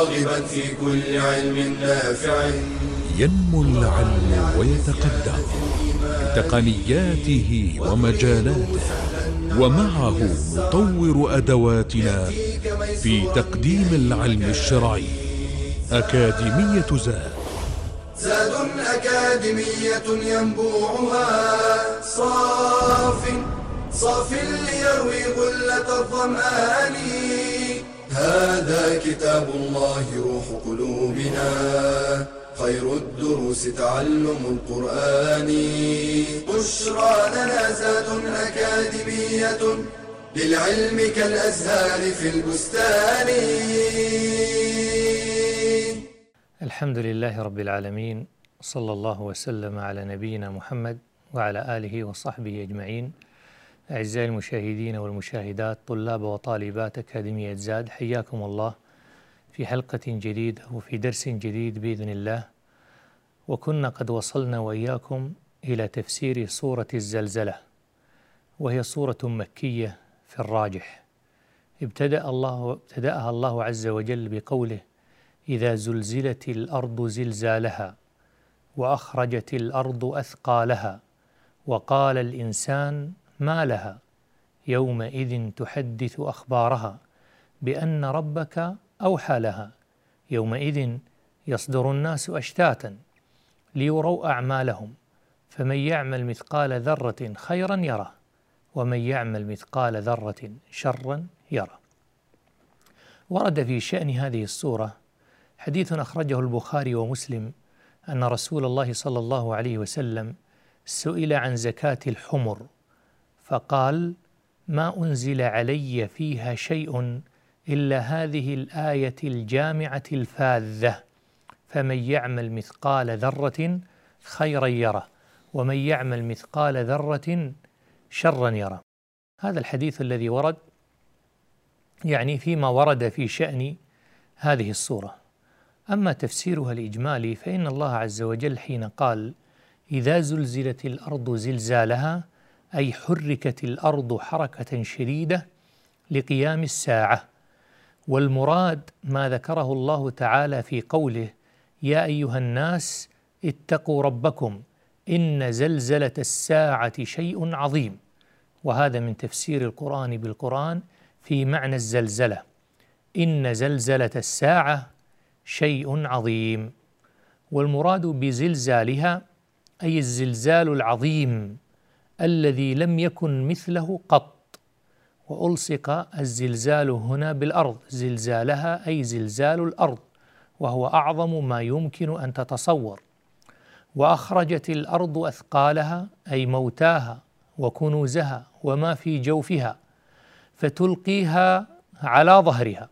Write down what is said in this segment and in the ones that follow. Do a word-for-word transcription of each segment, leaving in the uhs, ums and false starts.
راغبا في كل علم نافع. ينمو العلم ويتقدم بتقنياته ومجالاته، ومعه نطور أدواتنا في تقديم العلم الشرعي. أكاديمية زاد، زاد أكاديمية ينبوعها صاف صاف ليروي غلة الظمآن. هذا كتاب الله روح قلوبنا، خير الدروس تعلم القرآن. بشرى لنا زاد أكاديمية، للعلم كالأزهار في البستان. الحمد لله رب العالمين، صلى الله وسلم على نبينا محمد وعلى آله وصحبه أجمعين. أعزائي المشاهدين والمشاهدات، طلاب وطالبات أكاديمية زاد، حياكم الله في حلقة جديدة وفي درس جديد بإذن الله. وكنا قد وصلنا وإياكم إلى تفسير سورة الزلزلة، وهي سورة مكية في الراجح. ابتدأ الله ابتدأها الله عز وجل بقوله: إذا زلزلت الأرض زلزالها وأخرجت الأرض أثقالها وقال الإنسان ما لها يومئذ تحدث أخبارها بأن ربك أوحى لها يومئذ يصدر الناس أشتاتا ليروا أعمالهم فمن يعمل مثقال ذرة خيرا يره ومن يعمل مثقال ذرة شرا يره. ورد في شأن هذه السورة حديث أخرجه البخاري ومسلم أن رسول الله صلى الله عليه وسلم سئل عن زكاة الحمر فقال: ما أنزل علي فيها شيء إلا هذه الآية الجامعة الفاذة، فمن يعمل مثقال ذرة خيرا يره ومن يعمل مثقال ذرة شرا يره. هذا الحديث الذي ورد يعني فيما ورد في شأن هذه السورة. أما تفسيرها الإجمالي فإن الله عز وجل حين قال: إذا زلزلت الأرض زلزالها، أي حركت الأرض حركة شديدة لقيام الساعة. والمراد ما ذكره الله تعالى في قوله: يا أيها الناس اتقوا ربكم إن زلزلة الساعة شيء عظيم. وهذا من تفسير القرآن بالقرآن في معنى الزلزلة، إن زلزلة الساعة شيء عظيم. والمراد بزلزالها أي الزلزال العظيم الذي لم يكن مثله قط. وألصق الزلزال هنا بالأرض، زلزالها أي زلزال الأرض، وهو أعظم ما يمكن أن تتصور. وأخرجت الأرض أثقالها أي موتاها وكنوزها وما في جوفها فتلقيها على ظهرها.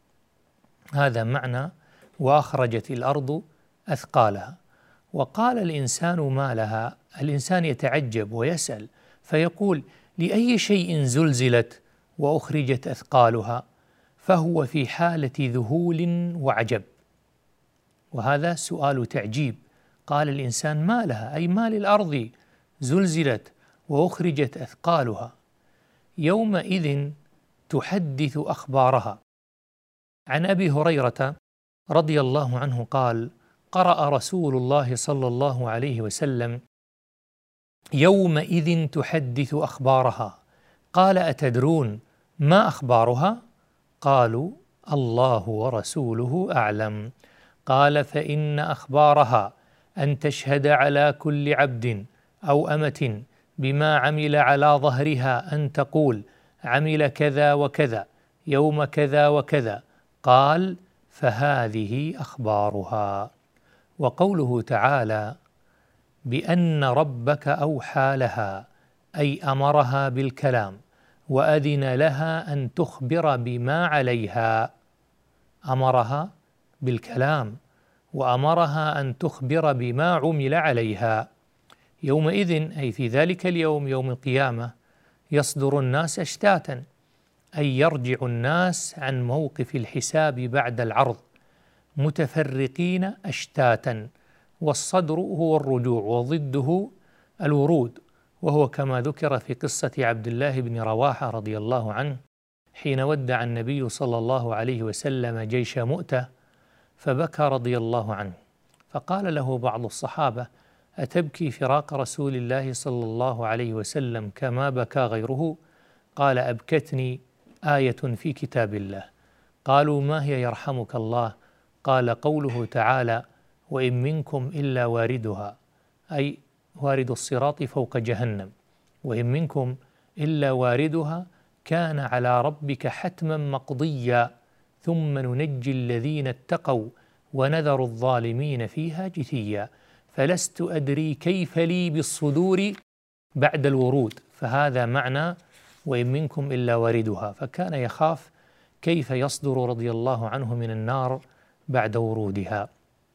هذا معنى وأخرجت الأرض أثقالها. وقال الإنسان ما لها، الإنسان يتعجب ويسأل فيقول: لأي شيء زلزلت وأخرجت أثقالها؟ فهو في حالة ذهول وعجب، وهذا سؤال تعجيب. قال الإنسان ما لها أي ما للأرض زلزلت وأخرجت أثقالها يومئذ تحدث أخبارها. عن أبي هريرة رضي الله عنه قال: قرأ رسول الله صلى الله عليه وسلم: يومئذ تحدث أخبارها. قال: أتدرون ما أخبارها؟ قالوا: الله ورسوله أعلم. قال: فإن أخبارها أن تشهد على كل عبد أو أمة بما عمل على ظهرها أن تقول: عمل كذا وكذا يوم كذا وكذا. قال: فهذه أخبارها. وقوله تعالى: بأن ربك أوحى لها، أي أمرها بالكلام وأذن لها أن تخبر بما عليها. أمرها بالكلام وأمرها أن تخبر بما عمل عليها. يومئذ أي في ذلك اليوم، يوم القيامة، يصدر الناس أشتاتا، أي يرجع الناس عن موقف الحساب بعد العرض متفرقين أشتاتا. والصدر هو الرجوع وضده الورود، وهو كما ذكر في قصة عبد الله بن رواحة رضي الله عنه حين ودع النبي صلى الله عليه وسلم جيش مؤتة فبكى رضي الله عنه، فقال له بعض الصحابة: أتبكي فراق رسول الله صلى الله عليه وسلم كما بكى غيره؟ قال: أبكتني آية في كتاب الله. قالوا: ما هي يرحمك الله؟ قال: قوله تعالى: وإن منكم إلا واردها، أي وارد الصراط فوق جهنم، وإن منكم إلا واردها كان على ربك حتما مقضيا ثم ننجي الذين اتقوا ونذر الظالمين فيها جثيا، فلست أدري كيف لي بالصدور بعد الورود. فهذا معنى وإن منكم إلا واردها، فكان يخاف كيف يصدر رضي الله عنه من النار بعد ورودها.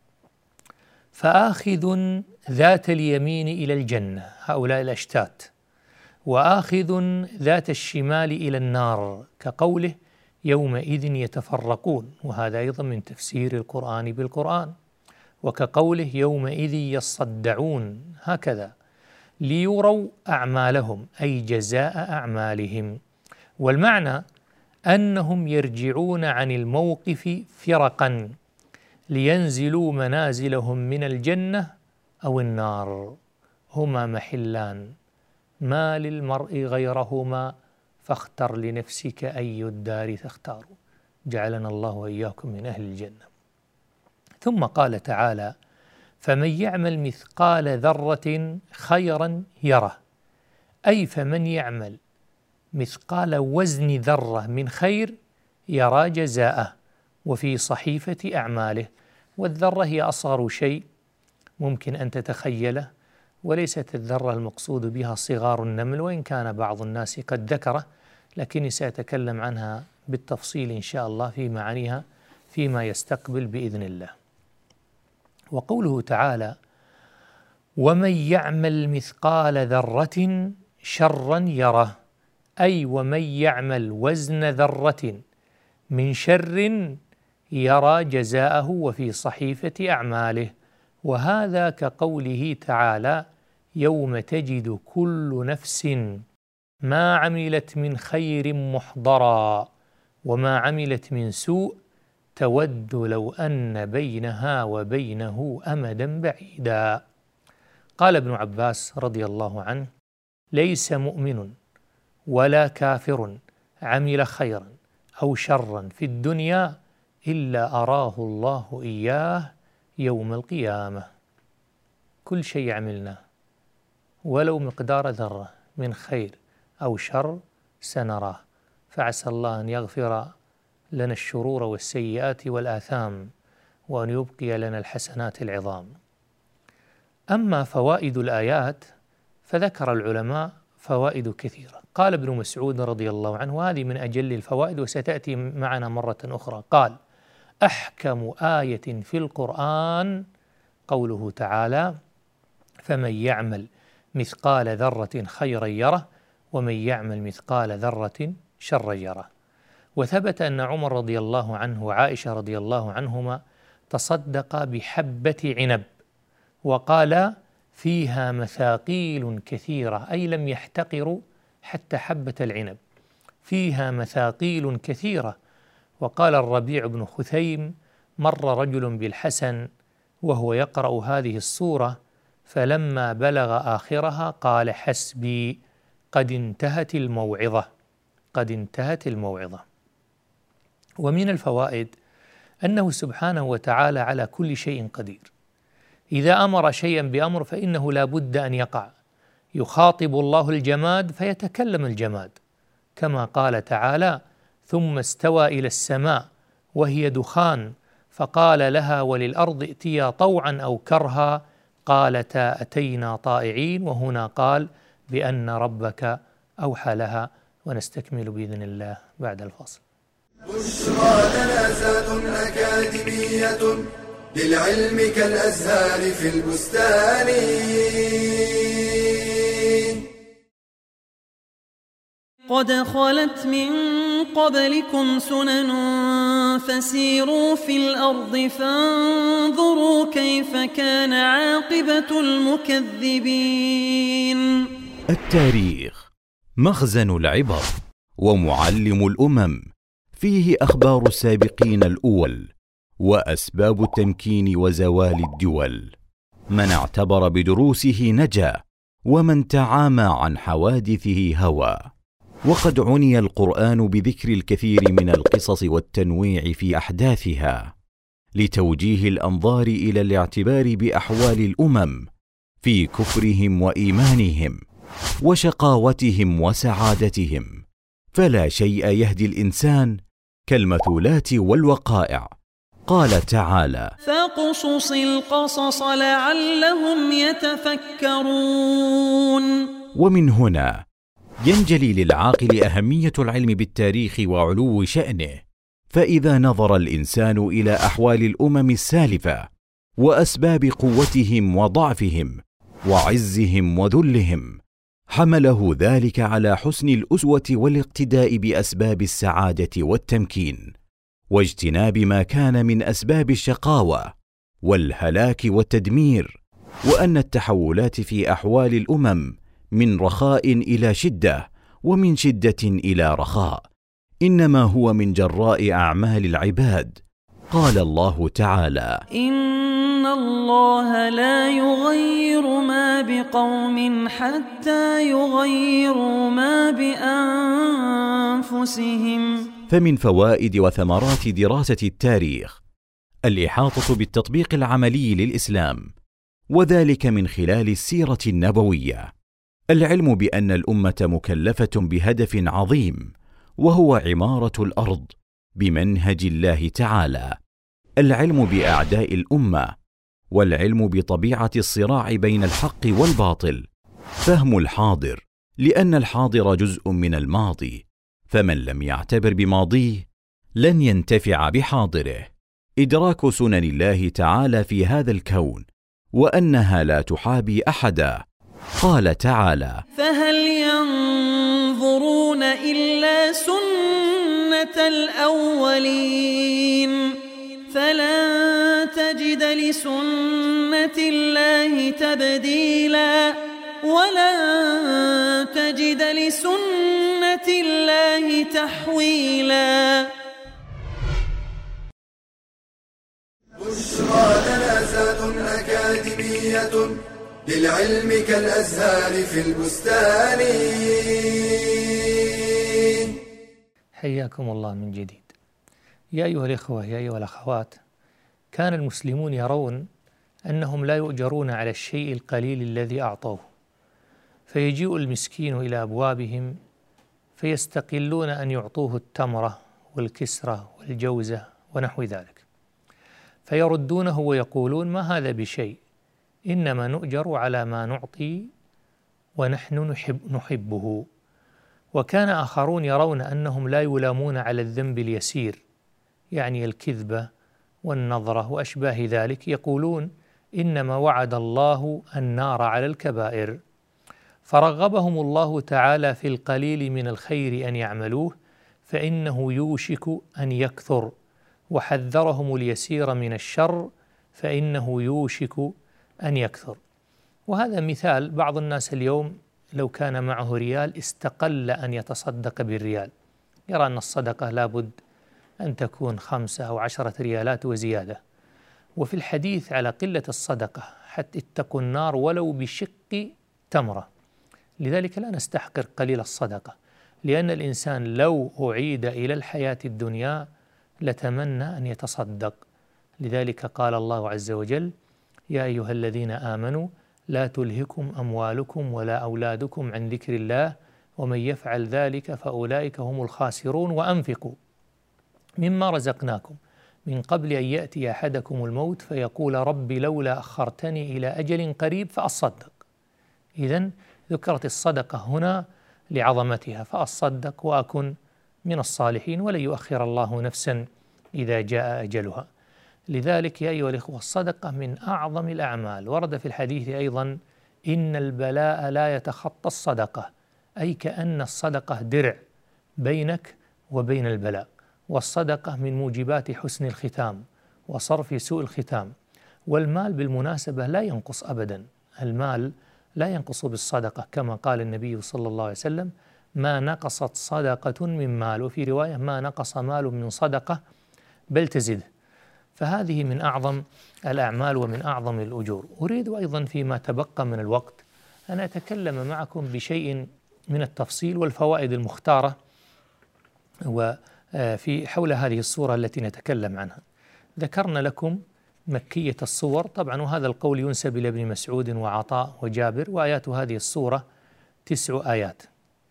فآخذ ذات اليمين إلى الجنة، هؤلاء الأشتات، وآخذ ذات الشمال إلى النار، كقوله: يومئذ يتفرقون، وهذا أيضا من تفسير القرآن بالقرآن، وكقوله: يومئذ يصدعون، هكذا، ليروا أعمالهم، أي جزاء أعمالهم. والمعنى أنهم يرجعون عن الموقف فرقا لينزلوا منازلهم من الجنة أو النار، هما محلان ما للمرء غيرهما، فاختر لنفسك أي الدار تختار. جعلنا الله وإياكم من أهل الجنة. ثم قال تعالى: فمن يعمل مثقال ذرة خيرا يره، أي فمن يعمل مثقال وزن ذرة من خير يرى جزاءه وفي صحيفة أعماله. والذرة هي أصغر شيء ممكن أن تتخيله، وليست الذرة المقصود بها صغار النمل، وإن كان بعض الناس قد ذكره، لكني سأتكلم عنها بالتفصيل إن شاء الله في معانيها فيما يستقبل بإذن الله. وقوله تعالى: ومن يعمل مثقال ذرة شرا يره، أي ومن يعمل وزن ذرة من شر يرى جزاءه وفي صحيفة أعماله. وهذا كقوله تعالى: يوم تجد كل نفس ما عملت من خير محضرا وما عملت من سوء تود لو أن بينها وبينه أمدا بعيدا. قال ابن عباس رضي الله عنه: ليس مؤمن ولا كافر عمل خيرا أو شرا في الدنيا إلا أراه الله إياه يوم القيامة. كل شيء عملناه ولو مقدار ذرة من خير أو شر سنراه، فعسى الله أن يغفر لنا الشرور والسيئات والآثام، وأن يبقي لنا الحسنات العظام. أما فوائد الآيات فذكر العلماء فوائد كثيرة. قال ابن مسعود رضي الله عنه، وهذه من أجل الفوائد وستأتي معنا مرة أخرى، قال: أحكم آية في القرآن قوله تعالى: فمن يعمل مثقال ذرة خيرا يره ومن يعمل مثقال ذرة شرا يره. وثبت أن عمر رضي الله عنه وعائشة رضي الله عنهما تصدقا بحبة عنب، وقال: فيها مثاقيل كثيرة، أي لم يحتقروا حتى حبة العنب، فيها مثاقيل كثيرة. وقال الربيع بن خثيم: مر رجل بالحسن وهو يقرأ هذه السورة، فلما بلغ آخرها قال: حسبي، قد انتهت الموعظة، قد انتهت الموعظة. ومن الفوائد أنه سبحانه وتعالى على كل شيء قدير، إذا أمر شيئا بأمر فإنه لا بد أن يقع. يخاطب الله الجماد فيتكلم الجماد، كما قال تعالى: ثم استوى إلى السماء وهي دخان فقال لها وللأرض ائتيا طوعا أو كرها قالتا أتينا طائعين. وهنا قال بأن ربك أوحى لها. ونستكمل بإذن الله بعد الفاصل. بشرى لنا زاد أكاديمية للعلم كالأزهار في البستان. قد خلت من قبلكم سنن فسيروا في الأرض فانظروا كيف كان عاقبة المكذبين. التاريخ مخزن العبر ومعلم الأمم، فيه أخبار السابقين الأول وأسباب التمكين وزوال الدول. من اعتبر بدروسه نجا، ومن تعامى عن حوادثه هوى. وقد عني القرآن بذكر الكثير من القصص والتنويع في أحداثها لتوجيه الأنظار إلى الاعتبار بأحوال الأمم في كفرهم وإيمانهم وشقاوتهم وسعادتهم، فلا شيء يهدي الإنسان كالمثولات والوقائع. قال تعالى: فاقصص القصص لعلهم يتفكرون. ومن هنا ينجلي للعاقل أهمية العلم بالتاريخ وعلو شأنه، فإذا نظر الإنسان إلى أحوال الأمم السالفة وأسباب قوتهم وضعفهم وعزهم وذلهم، حمله ذلك على حسن الأسوة والاقتداء بأسباب السعادة والتمكين، واجتناب ما كان من أسباب الشقاوة والهلاك والتدمير، وأن التحولات في أحوال الأمم من رخاء إلى شدة ومن شدة إلى رخاء إنما هو من جراء أعمال العباد. قال الله تعالى: إن الله لا يغير ما بقوم حتى يغيروا ما بأنفسهم. فمن فوائد وثمرات دراسة التاريخ الإحاطة بالتطبيق العملي للإسلام، وذلك من خلال السيرة النبوية. العلم بأن الأمة مكلفة بهدف عظيم، وهو عمارة الأرض بمنهج الله تعالى. العلم بأعداء الأمة، والعلم بطبيعة الصراع بين الحق والباطل. فهم الحاضر، لأن الحاضر جزء من الماضي، فمن لم يعتبر بماضيه لن ينتفع بحاضره. إدراك سنن الله تعالى في هذا الكون، وأنها لا تحابي أحدا. قال تعالى: فهل ينظرون إلا سنة الأولين فلن تجد لسنة الله تبديلا ولن تجد لسنة الله تحويلا. بشرى لنا زاد أكاديمية للعلم كالأزهار في البستان. حياكم الله من جديد. يا أيها الإخوة، يا أيها الأخوات، كان المسلمون يرون أنهم لا يؤجرون على الشيء القليل الذي أعطوه، فيجيء المسكين إلى أبوابهم فيستقلون أن يعطوه التمرة والكسرة والجوزة ونحو ذلك، فيردونه ويقولون: ما هذا بشيء، إنما نؤجر على ما نعطي ونحن نحب نحبه. وكان آخرون يرون أنهم لا يلامون على الذنب اليسير، يعني الكذبة والنظرة وأشباه ذلك، يقولون: إنما وعد الله النار على الكبائر. فرغبهم الله تعالى في القليل من الخير أن يعملوه، فإنه يوشك أن يكثر، وحذرهم اليسير من الشر فإنه يوشك أن يكثر. وهذا مثال، بعض الناس اليوم لو كان معه ريال استقل أن يتصدق بالريال، يرى أن الصدقة لابد أن تكون خمسة أو عشرة ريالات وزيادة. وفي الحديث على قلة الصدقة حتى اتقوا النار ولو بشق تمرة. لذلك لا نستحقر قليل الصدقة، لأن الإنسان لو أعيد إلى الحياة الدنيا لتمنى أن يتصدق. لذلك قال الله عز وجل: يا أيها الذين آمنوا لا تلهكم أموالكم ولا أولادكم عن ذكر الله ومن يفعل ذلك فأولئك هم الخاسرون وأنفقوا مما رزقناكم من قبل أن يأتي أحدكم الموت فيقول رب لولا أخرتني إلى أجل قريب فأصدق. إذن ذكرت الصدقة هنا لعظمتها، فأصدق وأكن من الصالحين ولن يؤخر الله نفسا إذا جاء أجلها. لذلك يا أيها الإخوة، الصدقة من أعظم الأعمال. ورد في الحديث أيضا: إن البلاء لا يتخطى الصدقة، أي كأن الصدقة درع بينك وبين البلاء. والصدقة من موجبات حسن الختام وصرف سوء الختام. والمال بالمناسبة لا ينقص أبدا، المال لا ينقص بالصدقة، كما قال النبي صلى الله عليه وسلم: ما نقصت صدقة من مال، وفي رواية: ما نقص مال من صدقة بل تزده. فهذه من أعظم الأعمال ومن أعظم الأجور. أريد أيضا فيما تبقى من الوقت أن أتكلم معكم بشيء من التفصيل والفوائد المختارة وفي حول هذه الصورة التي نتكلم عنها. ذكرنا لكم مكية الصور طبعا، وهذا القول ينسب إلى ابن مسعود وعطاء وجابر، وآيات هذه الصورة تسع آيات.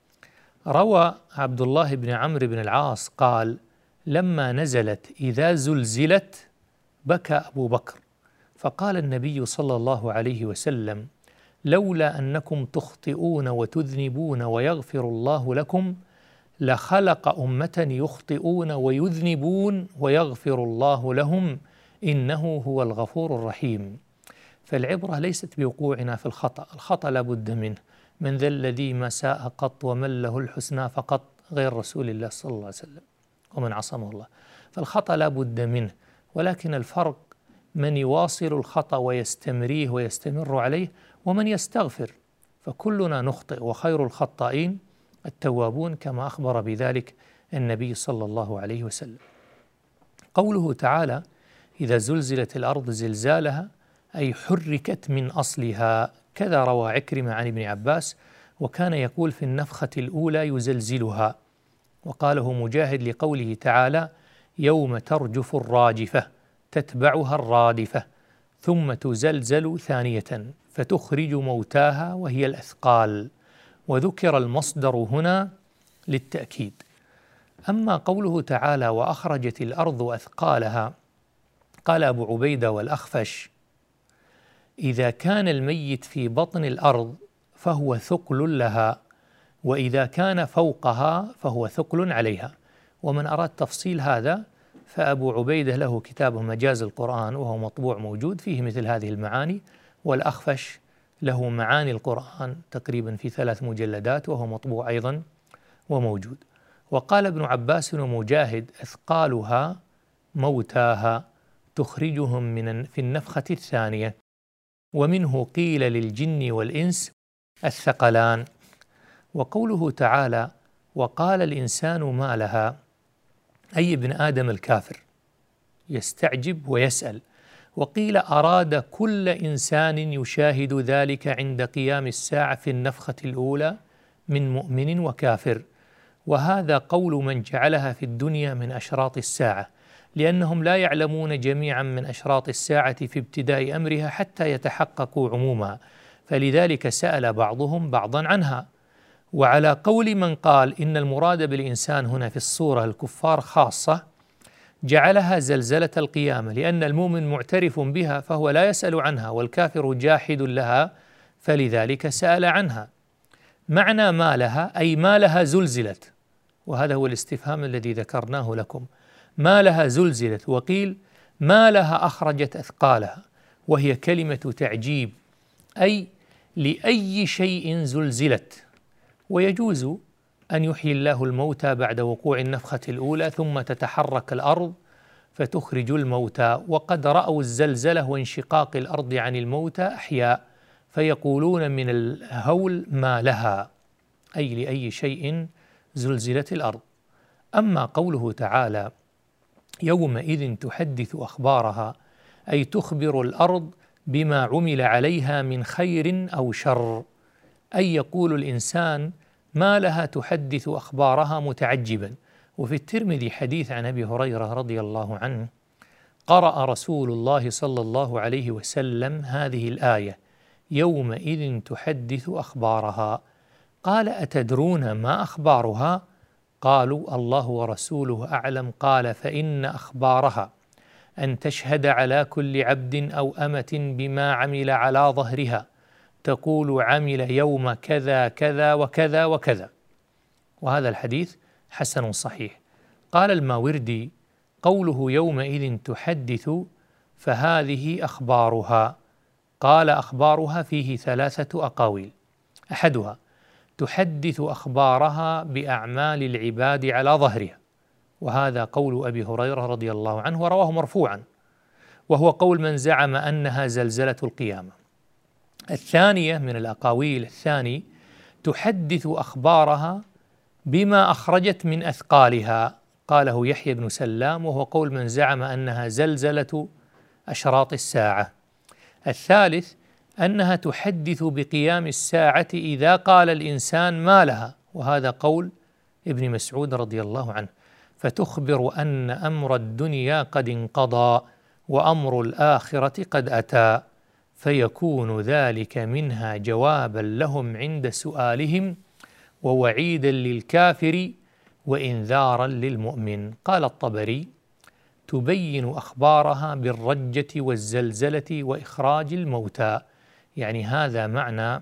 روى عبد الله بن عمرو بن العاص قال: لما نزلت إذا زلزلت بكى أبو بكر، فقال النبي صلى الله عليه وسلم: لولا أنكم تخطئون وتذنبون ويغفر الله لكم لخلق أمة يخطئون ويذنبون ويغفر الله لهم إنه هو الغفور الرحيم. فالعبرة ليست بوقوعنا في الخطأ، الخطأ لا بد منه. من ذا الذي ما ساء قط ومن له الحسنى فقط غير رسول الله صلى الله عليه وسلم ومن عصمه الله. فالخطأ لا بد منه، ولكن الفرق من يواصل الخطأ ويستمريه ويستمر عليه ومن يستغفر. فكلنا نخطئ وخير الخطائين التوابون كما أخبر بذلك النبي صلى الله عليه وسلم. قوله تعالى: إذا زلزلت الأرض زلزالها أي حركت من أصلها، كذا روى عكرمة عن ابن عباس، وكان يقول في النفخة الأولى يزلزلها. وقاله مجاهد لقوله تعالى: يوم ترجف الراجفة تتبعها الرادفة ثم تزلزل ثانية فتخرج موتاها وهي الأثقال. وذكر المصدر هنا للتأكيد. أما قوله تعالى: وأخرجت الأرض أثقالها، قال أبو عبيدة والأخفش: إذا كان الميت في بطن الأرض فهو ثقل لها، وإذا كان فوقها فهو ثقل عليها. ومن أراد تفصيل هذا فأبو عبيدة له كتابه مجاز القرآن وهو مطبوع موجود فيه مثل هذه المعاني، والأخفش له معاني القرآن تقريبا في ثلاث مجلدات وهو مطبوع أيضا وموجود. وقال ابن عباس ومجاهد: أثقالها موتاها تخرجهم من في النفخة الثانية. ومنه قيل للجن والإنس الثقلان. وقوله تعالى: وقال الإنسان ما لها، أي ابن آدم الكافر يستعجب ويسأل. وقيل أراد كل إنسان يشاهد ذلك عند قيام الساعة في النفخة الأولى من مؤمن وكافر. وهذا قول من جعلها في الدنيا من أشراط الساعة، لأنهم لا يعلمون جميعا من أشراط الساعة في ابتداء أمرها حتى يتحققوا عمومها، فلذلك سأل بعضهم بعضا عنها. وعلى قول من قال إن المراد بالإنسان هنا في الصورة الكفار خاصة، جعلها زلزلة القيامة، لأن المؤمن معترف بها فهو لا يسأل عنها، والكافر جاحد لها فلذلك سأل عنها. معنى ما لها أي ما لها زلزلت، وهذا هو الاستفهام الذي ذكرناه لكم. ما لها زلزلت. وقيل ما لها أخرجت أثقالها، وهي كلمة تعجيب، أي لأي شيء زلزلت. ويجوز أن يحيي الله الموتى بعد وقوع النفخة الأولى ثم تتحرك الأرض فتخرج الموتى، وقد رأوا الزلزلة وانشقاق الأرض عن الموتى أحياء فيقولون من الهول ما لها، أي لأي شيء زلزلت الأرض. أما قوله تعالى: يومئذ تحدث أخبارها، أي تخبر الأرض بما عمل عليها من خير أو شر، أي يقول الإنسان ما لها تحدث أخبارها متعجبا. وفي الترمذي حديث عن أبي هريرة رضي الله عنه: قرأ رسول الله صلى الله عليه وسلم هذه الآية: يومئذ تحدث أخبارها. قال: أتدرون ما أخبارها؟ قالوا: الله ورسوله أعلم. قال: فإن أخبارها أن تشهد على كل عبد أو أمة بما عمل على ظهرها، تقول عمل يوم كذا كذا وكذا وكذا. وهذا الحديث حسن صحيح. قال الماوردي: قوله يومئذ تحدث فهذه أخبارها. قال: أخبارها فيه ثلاثة أقاويل، أحدها تحدث أخبارها بأعمال العباد على ظهرها، وهذا قول أبي هريرة رضي الله عنه ورواه مرفوعا، وهو قول من زعم أنها زلزلة القيامة. الثانية من الأقاويل الثاني تحدث أخبارها بما أخرجت من أثقالها، قاله يحيى بن سلام، وهو قول من زعم أنها زلزلة أشراط الساعة. الثالث أنها تحدث بقيام الساعة إذا قال الإنسان ما لها، وهذا قول ابن مسعود رضي الله عنه، فتخبر أن أمر الدنيا قد انقضى وأمر الآخرة قد أتى، فيكون ذلك منها جوابا لهم عند سؤالهم ووعيدا للكافر وإنذارا للمؤمن. قال الطبري: تبين أخبارها بالرجة والزلزلة وإخراج الموتى، يعني هذا معنى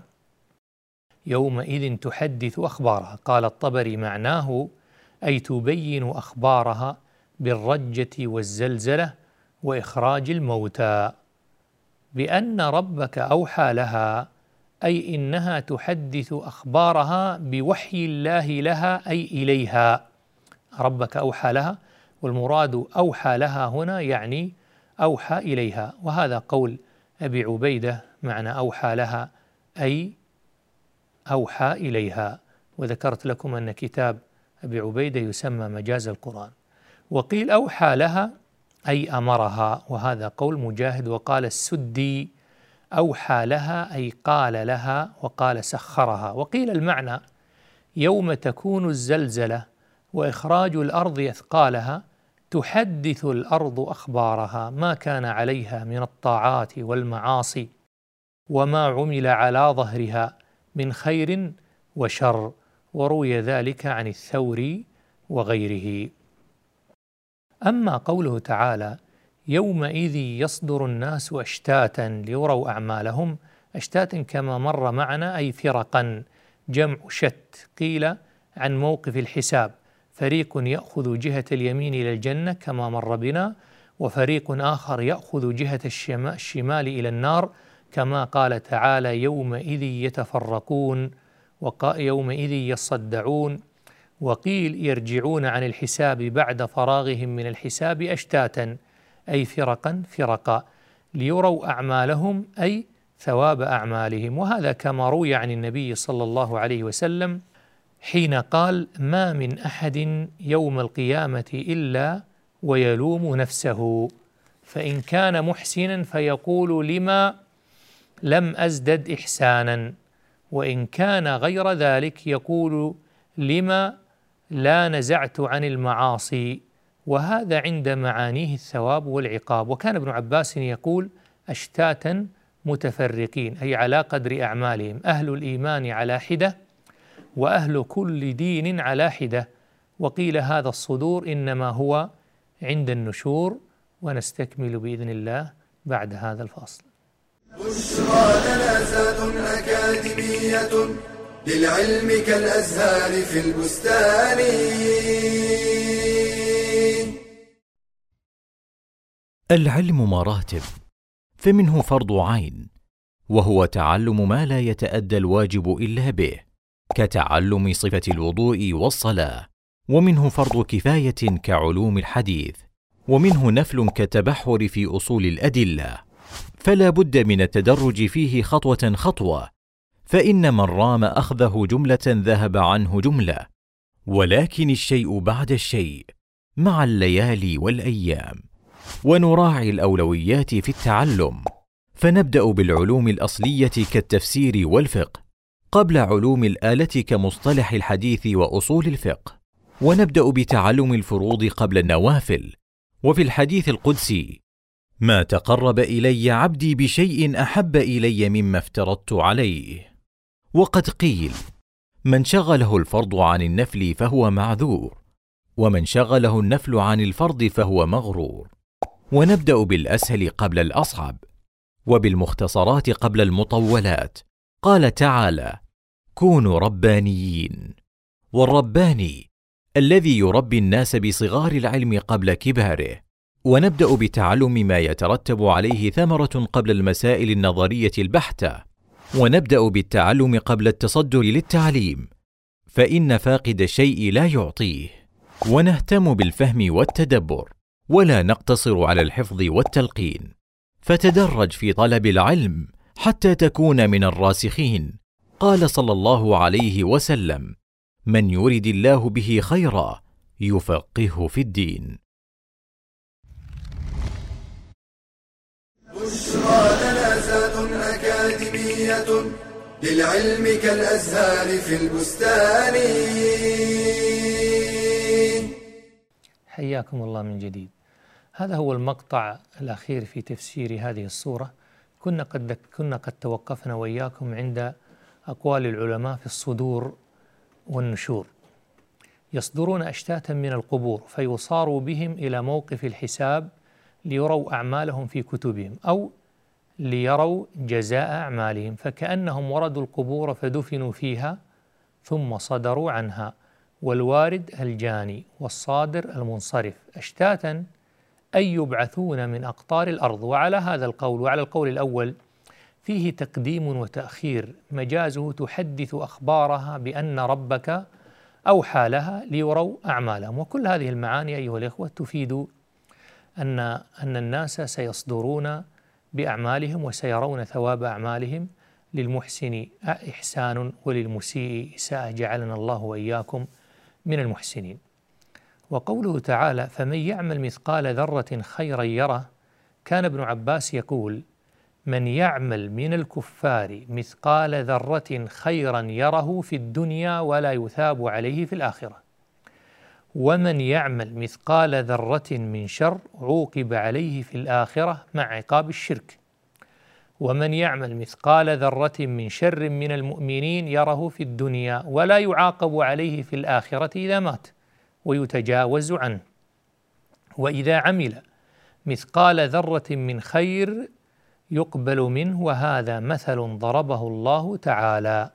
يومئذ تحدث أخبارها. قال الطبري: معناه أي تبين أخبارها بالرجة والزلزلة وإخراج الموتى، بأن ربك أوحى لها، أي إنها تحدث أخبارها بوحي الله لها أي إليها. ربك أوحى لها، والمراد أوحى لها هنا يعني أوحى إليها، وهذا قول أبي عبيدة، معنى أوحى لها أي أوحى إليها. وذكرت لكم أن كتاب أبي عبيدة يسمى مجاز القرآن. وقيل أوحى لها أي أمرها، وهذا قول مجاهد. وقال السدي: أوحى لها أي قال لها، وقال سخرها. وقيل المعنى يوم تكون الزلزلة وإخراج الأرض أثقالها، تحدث الأرض أخبارها ما كان عليها من الطاعات والمعاصي وما عمل على ظهرها من خير وشر. وروي ذلك عن الثوري وغيره. أما قوله تعالى: يومئذ يصدر الناس أشتاتا ليروا أعمالهم، أشتاتا كما مر معنا أي فرقا، جمع شت. قيل عن موقف الحساب: فريق يأخذ جهة اليمين إلى الجنة كما مر بنا، وفريق آخر يأخذ جهة الشمال إلى النار، كما قال تعالى: يومئذ يتفرقون، ويومئذ يصدعون. وقيل يرجعون عن الحساب بعد فراغهم من الحساب أشتاتا أي فرقا فرقا، ليروا أعمالهم أي ثواب أعمالهم. وهذا كما روي عن النبي صلى الله عليه وسلم حين قال: ما من أحد يوم القيامة إلا ويلوم نفسه، فإن كان محسنا فيقول: لما لم أزدد إحسانا، وإن كان غير ذلك يقول: لما لا نزعت عن المعاصي. وهذا عند معانيه الثواب والعقاب. وكان ابن عباس يقول: أشتاتا متفرقين، أي على قدر أعمالهم، أهل الإيمان على حدة وأهل كل دين على حدة. وقيل هذا الصدور إنما هو عند النشور. ونستكمل بإذن الله بعد هذا الفاصل. بشرى لنا زاد أكاديمية للعلم كالأزهار في البستان. العلم مراتب، فمنه فرض عين، وهو تعلم ما لا يتأدى الواجب إلا به، كتعلم صفة الوضوء والصلاة. ومنه فرض كفاية كعلوم الحديث، ومنه نفل كالتبحر في أصول الأدلة. فلا بد من التدرج فيه خطوة خطوة، فإن من رام أخذه جملة ذهب عنه جملة، ولكن الشيء بعد الشيء مع الليالي والأيام. ونراعي الأولويات في التعلم، فنبدأ بالعلوم الأصلية كالتفسير والفقه قبل علوم الآلة كمصطلح الحديث وأصول الفقه، ونبدأ بتعلم الفروض قبل النوافل. وفي الحديث القدسي: ما تقرب إلي عبدي بشيء أحب إلي مما افترضت عليه. وقد قيل: من شغله الفرض عن النفل فهو معذور، ومن شغله النفل عن الفرض فهو مغرور. ونبدأ بالأسهل قبل الأصعب، وبالمختصرات قبل المطولات. قال تعالى: كونوا ربانيين. والرباني الذي يربي الناس بصغار العلم قبل كباره. ونبدأ بتعلم ما يترتب عليه ثمرة قبل المسائل النظرية البحتة. ونبدأ بالتعلم قبل التصدر للتعليم، فإن فاقد الشيء لا يعطيه. ونهتم بالفهم والتدبر، ولا نقتصر على الحفظ والتلقين. فتدرج في طلب العلم حتى تكون من الراسخين. قال صلى الله عليه وسلم: من يرد الله به خيرا يفقهه في الدين. بشرى لنا زاد أكاديمية للعلم كالأزهار في البستان. حياكم الله من جديد. هذا هو المقطع الأخير في تفسير هذه السورة. كنا قد كنا قد توقفنا وإياكم عند أقوال العلماء في الصدور والنشور. يصدرون أشتاتا من القبور فيصاروا بهم إلى موقف الحساب ليروا أعمالهم في كتبهم أو ليروا جزاء أعمالهم، فكأنهم وردوا القبور فدفنوا فيها ثم صدروا عنها، والوارد الجاني والصادر المنصرف، أشتاتا أي يبعثون من أقطار الأرض. وعلى هذا القول وعلى القول الأول فيه تقديم وتأخير، مجازه تحدث أخبارها بأن ربك أوحى لها ليروا أعمالهم. وكل هذه المعاني أيها الإخوة تفيد أن أن الناس سيصدرون بأعمالهم وسيرون ثواب أعمالهم، للمحسن إحسان وللمسيء إساءة، جعلنا الله وإياكم من المحسنين. وقوله تعالى فمن يعمل مثقال ذرة خيرا يره، كان ابن عباس يقول من يعمل من الكفار مثقال ذرة خيرا يره في الدنيا ولا يثاب عليه في الآخرة، ومن يعمل مثقال ذرة من شر عوقب عليه في الآخرة مع عقاب الشرك، ومن يعمل مثقال ذرة من شر من المؤمنين يره في الدنيا ولا يعاقب عليه في الآخرة إذا مات ويتجاوز عنه، وإذا عمل مثقال ذرة من خير يقبل منه، وهذا مثل ضربه الله تعالى،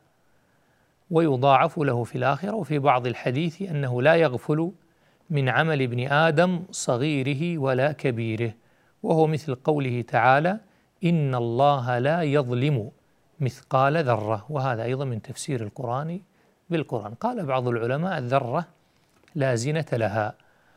ويضاعف له في الآخرة. وفي بعض الحديث أنه لا يغفل من عمل ابن آدم صغيره ولا كبيره، وهو مثل قوله تعالى إن الله لا يظلم مثقال ذرة، وهذا أيضا من تفسير القرآن بالقرآن. قال بعض العلماء الذرة لا زنة لها،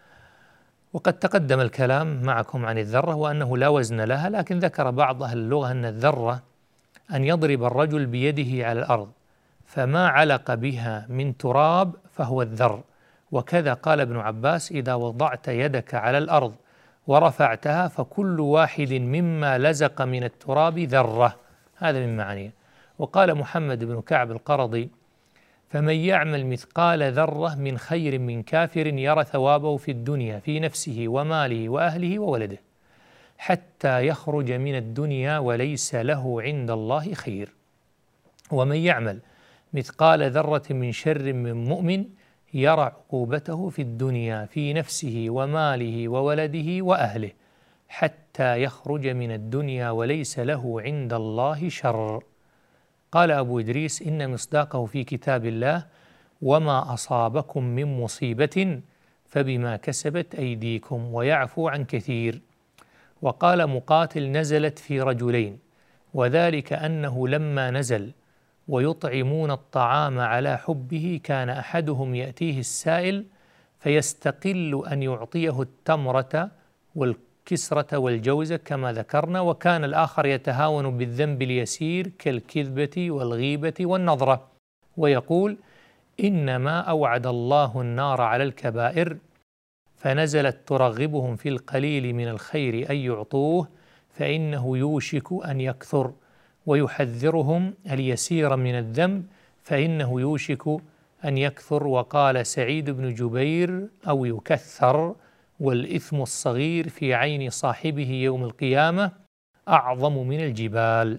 وقد تقدم الكلام معكم عن الذرة وأنه لا وزن لها، لكن ذكر بعض أهل اللغة أن الذرة أن يضرب الرجل بيده على الأرض فما علق بها من تراب فهو الذر، وكذا قال ابن عباس إذا وضعت يدك على الأرض ورفعتها فكل واحد مما لزق من التراب ذرة، هذا من معانيه. وقال محمد بن كعب القرضي فمن يعمل مثقال ذرة من خير من كافر يرى ثوابه في الدنيا في نفسه وماله وأهله وولده حتى يخرج من الدنيا وليس له عند الله خير، ومن يعمل مثقال ذرة من شر من مؤمن يرى عقوبته في الدنيا في نفسه وماله وولده وأهله حتى يخرج من الدنيا وليس له عند الله شر. قال أبو إدريس إن مصداقه في كتاب الله وما أصابكم من مصيبة فبما كسبت أيديكم ويعفو عن كثير. وقال مقاتل نزلت في رجلين، وذلك أنه لما نزل ويطعمون الطعام على حبه كان أحدهم يأتيه السائل فيستقل أن يعطيه التمرة والكسرة والجوزة كما ذكرنا، وكان الآخر يتهاون بالذنب اليسير كالكذبة والغيبة والنظرة ويقول إنما أوعد الله النار على الكبائر، فنزلت ترغبهم في القليل من الخير أن يعطوه فإنه يوشك أن يكثر، ويحذرهم اليسير من الذنب فإنه يوشك أن يكثر. وقال سعيد بن جبير أو يكثر والإثم الصغير في عين صاحبه يوم القيامة أعظم من الجبال،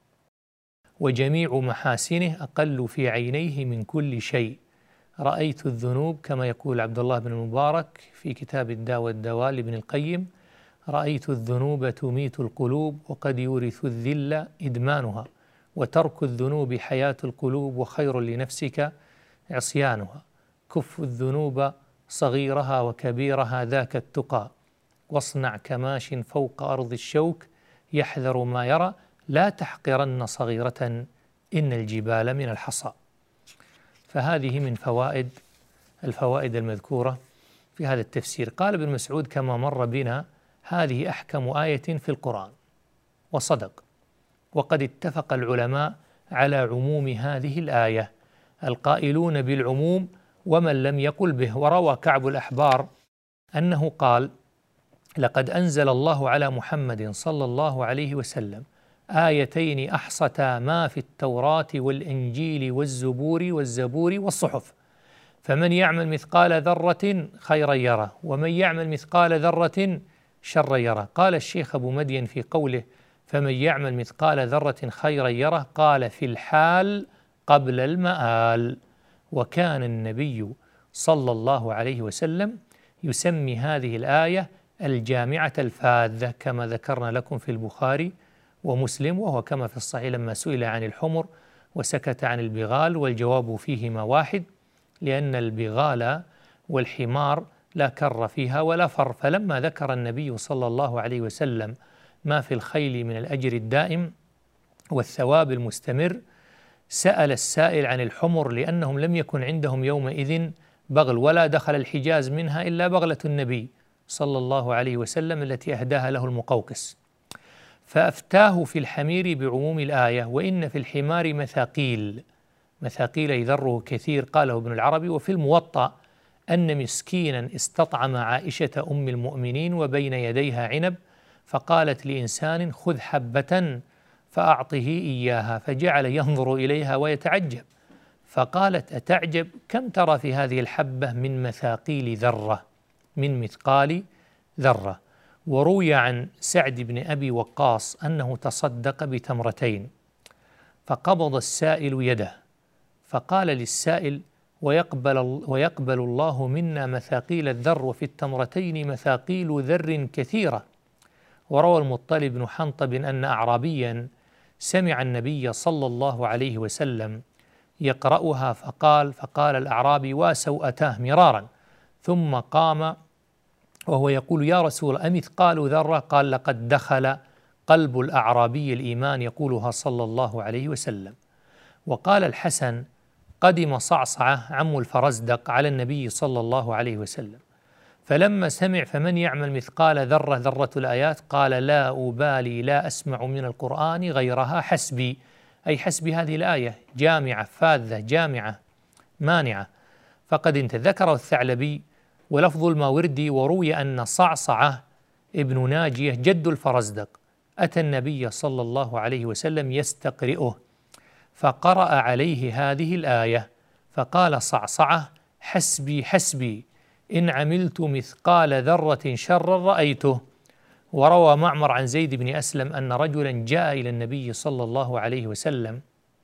وجميع محاسنه أقل في عينيه من كل شيء. رأيت الذنوب كما يقول عبد الله بن المبارك في كتاب الداء والدواء لابن القيم رأيت الذنوب تميت القلوب وقد يورث الذل إدمانها، وترك الذنوب حياة القلوب وخير لنفسك عصيانها. كف الذنوب صغيرها وكبيرها ذاك التقى، واصنع كماش فوق أرض الشوك يحذر ما يرى، لا تحقرن صغيرة إن الجبال من الحصى. فهذه من فوائد الفوائد المذكورة في هذا التفسير. قال ابن مسعود كما مر بنا هذه أحكم آية في القرآن، وصدق، وقد اتفق العلماء على عموم هذه الآية، القائلون بالعموم ومن لم يقل به. وروى كعب الأحبار أنه قال: لقد أنزل الله على محمد صلى الله عليه وسلم آيتين أحصتا ما في التوراة والإنجيل والزبور والزبور والصحف، فمن يعمل مثقال ذرة خيرا يره، ومن يعمل مثقال ذرة شرا يره. قال الشيخ أبو مدين في قوله فمن يعمل مثقال ذرة خيرا يره، قال في الحال قبل المآل. وكان النبي صلى الله عليه وسلم يسمي هذه الآية الجامعة الفاذة كما ذكرنا لكم في البخاري ومسلم، وهو كما في الصحيح لما سئل عن الحمر وسكت عن البغال، والجواب فيهما واحد، لأن البغال والحمار لا كر فيها ولا فر. فلما ذكر النبي صلى الله عليه وسلم ما في الخيل من الأجر الدائم والثواب المستمر، سأل السائل عن الحمر لأنهم لم يكن عندهم يومئذ بغل، ولا دخل الحجاز منها إلا بغلة النبي صلى الله عليه وسلم التي أهداها له المقوقس، فأفتاه في الحمير بعموم الآية: وإن في الحمار مثاقيل، مثاقيل يذره كثير، قاله ابن العربي. وفي الموطأ أن مسكينا استطعم عائشة أم المؤمنين وبين يديها عنب، فقالت لإنسان خذ حبة فأعطه إياها، فجعل ينظر إليها ويتعجب، فقالت أتعجب كم ترى في هذه الحبة من مثاقيل ذرة، من مثقال ذرة. وروي عن سعد بن أبي وقاص أنه تصدق بتمرتين، فقبض السائل يده فقال للسائل ويقبل, ويقبل الله منا مثاقيل الذر، وفي التمرتين مثاقيل ذر كثيرة. وروى المطلب بن حنطب أن أعرابيا سمع النبي صلى الله عليه وسلم يقرأها فقال فقال الأعرابي وسوءتاه مرارا، ثم قام وهو يقول يا رسول أمثقال ذرة؟ قال لقد دخل قلب الأعرابي الإيمان، يقولها صلى الله عليه وسلم. وقال الحسن قدم صعصعة عم الفرزدق على النبي صلى الله عليه وسلم، فلما سمع فمن يعمل مثقال ذرة، ذرة الآيات، قال لا أبالي لا أسمع من القرآن غيرها حسبي، أي حسب هذه الآية جامعة فاذة جامعة مانعة. فقد ذكره الثعلبي ولفظ الماوردي. وروي أن صعصعة ابن ناجية جد الفرزدق أتى النبي صلى الله عليه وسلم يستقرئه، فقرأ عليه هذه الآية، فقال صعصعة حسبي حسبي إن عملت مثقال ذرة شرا رأيته. وروى معمر عن زيد بن أسلم أن رجلا جاء إلى النبي صلى الله عليه وسلم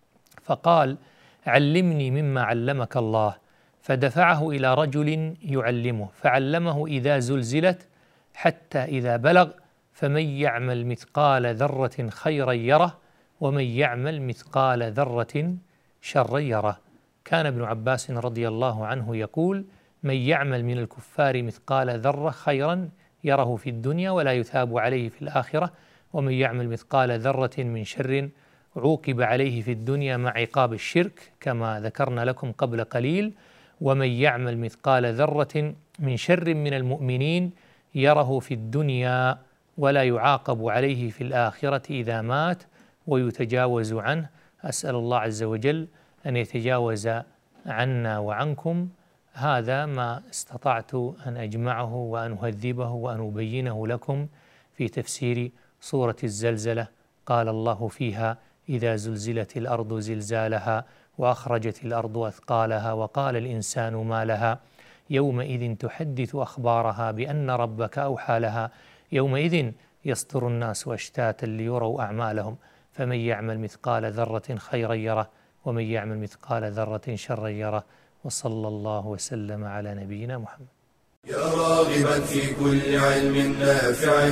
فقال علمني مما علمك الله، فدفعه إلى رجل يعلمه فعلمه إذا زلزلت حتى إذا بلغ فمن يعمل مثقال ذرة خيرا يره ومن يعمل مثقال ذرة شرا يره. كان ابن عباس رضي الله عنه يقول من يعمل من الكفار مثقال ذرة خيرا يره في الدنيا ولا يثاب عليه في الآخرة، ومن يعمل مثقال ذرة من شر عوقب عليه في الدنيا مع عقاب الشرك كما ذكرنا لكم قبل قليل، ومن يعمل مثقال ذرة من شر من المؤمنين يره في الدنيا ولا يعاقب عليه في الآخرة إذا مات ويتجاوز عنه. أسأل الله عز وجل أن يتجاوز عنا وعنكم. هذا ما استطعت أن أجمعه وأن أهذبه وأن أبينه لكم في تفسير سورة الزلزلة. قال الله فيها إذا زلزلت الأرض زلزالها وأخرجت الأرض أثقالها وقال الإنسان ما لها يومئذ تحدث أخبارها بأن ربك أوحى لها يومئذ يصدر الناس أشتاتا ليروا أعمالهم فمن يعمل مثقال ذرة خيرا يره ومن يعمل مثقال ذرة شرا يره. وصلى الله وسلم على نبينا محمد. يا راغبا في كل علم نافع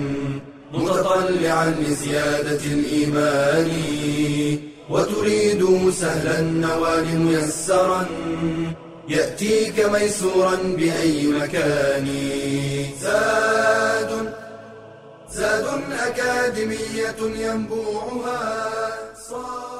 متطلعا لزيادة الإيمان وتريد سهلا النوال ميسرا يأتيك ميسورا بأي مكان. زاد زاد أكاديمية ينبوعها صار